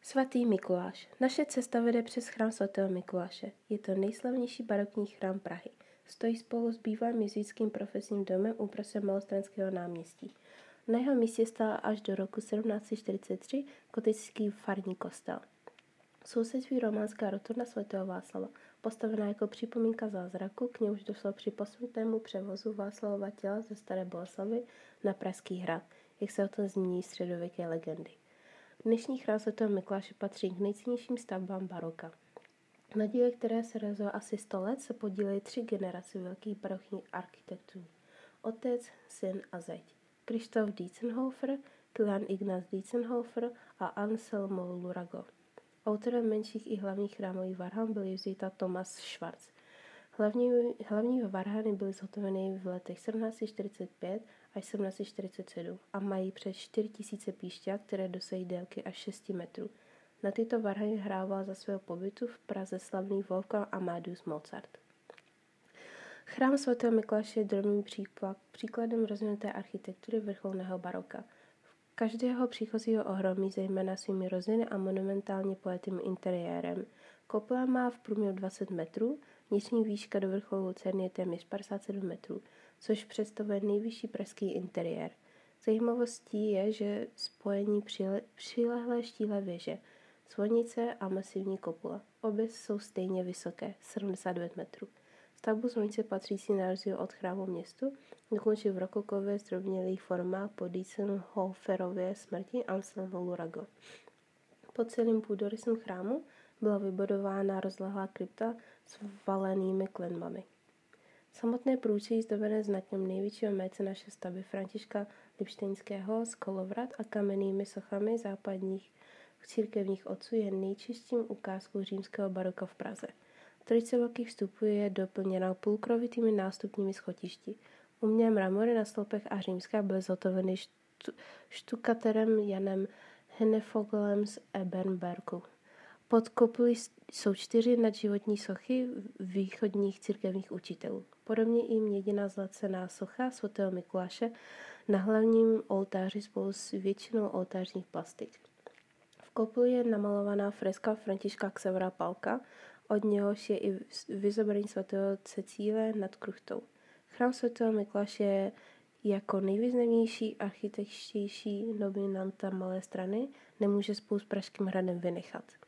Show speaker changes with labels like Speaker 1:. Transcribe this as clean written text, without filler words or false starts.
Speaker 1: Svatý Mikuláš. Naše cesta vede přes chrám svatého Mikuláše. Je to nejslavnější barokní chrám Prahy. Stojí spolu s bývalým jezuitským profesním domem uprostřed Malostranského náměstí. Na jeho místě stál až do roku 1743 gotický farní kostel. V sousedství románská rotonda svatého Václava, postavená jako připomínka zázraku, k němuž došlo při posmrtnému převozu Václavova těla ze Staré Boleslavi na Pražský hrad, jak se o tom zmíní středověké legendy. Dnešní chrám svatého Mikuláše patří k nejcennějším stavbám baroka. Na díle, které se realizovalo asi 100 let, se podílely 3 generace velkých barokních architektů. Otec, syn a zeď. Christoph Dientzenhofer, Kilian Ignaz Dientzenhofer a Anselmo Lurago. Autorem menších i hlavních chrámových varhan byl jezuita Thomas Schwarz. Hlavní varhany byly zhotoveny v letech 1745 až 1747 a mají přes 4000 píšťat, které dosahují délky až 6 metrů. Na tyto varhany hrával za svého pobytu v Praze slavný Wolfgang Amadeus Mozart. Chrám svatého Mikuláše je drobným příkladem rozvinuté architektury vrcholného baroka. Každého příchozího ohromí zejména svými roziny a monumentálně pojetým interiérem. Kopule má v průměru 20 metrů, vnitřní výška do vrcholu lucerny je téměř 57 metrů, což představuje nejvyšší pražský interiér. Zajímavostí je, že spojení přilehlé štíhlé věže, zvonice a masivní kopule. Obě jsou stejně vysoké, 79 metrů. Stavbu zvonice patřící na rozdíl od chrámu městu dokončil v rokokově zdrobnělých formách po Dientzenhoferově smrti Anselmo Lurago. Pod celým půdorysem chrámu byla vybudována rozlehlá krypta s valenými klenbami. Samotné průčelí zdobené znakem největšího mécenaše stavby Františka Lipštejnského z Kolovrat a kamennými sochami západních církevních otců je nejčistším ukázkou římského baroka v Praze. Trojice velkých vstupů je doplněna půlkrovitými nástupními schodišti. Umělé mramory na sloupech a římská byly zhotoveny štukaterem Janem Hennefoglem z Ebernbergu. Pod kopulí jsou 4 nadživotní sochy východních církevních učitelů. Podobně i měděná zlacená socha svatého Mikuláše na hlavním oltáři spolu s většinou oltářních plastik. V kopuli je namalovaná freska Františka Xavera Palka, od něhož je i vyzobrazení svatého Cecíle nad kruchtou. Chrám svatého Mikuláše je jako nejvýznamnější architektoničtější nominanta Malé Strany nemůže spolu s Pražským hradem vynechat.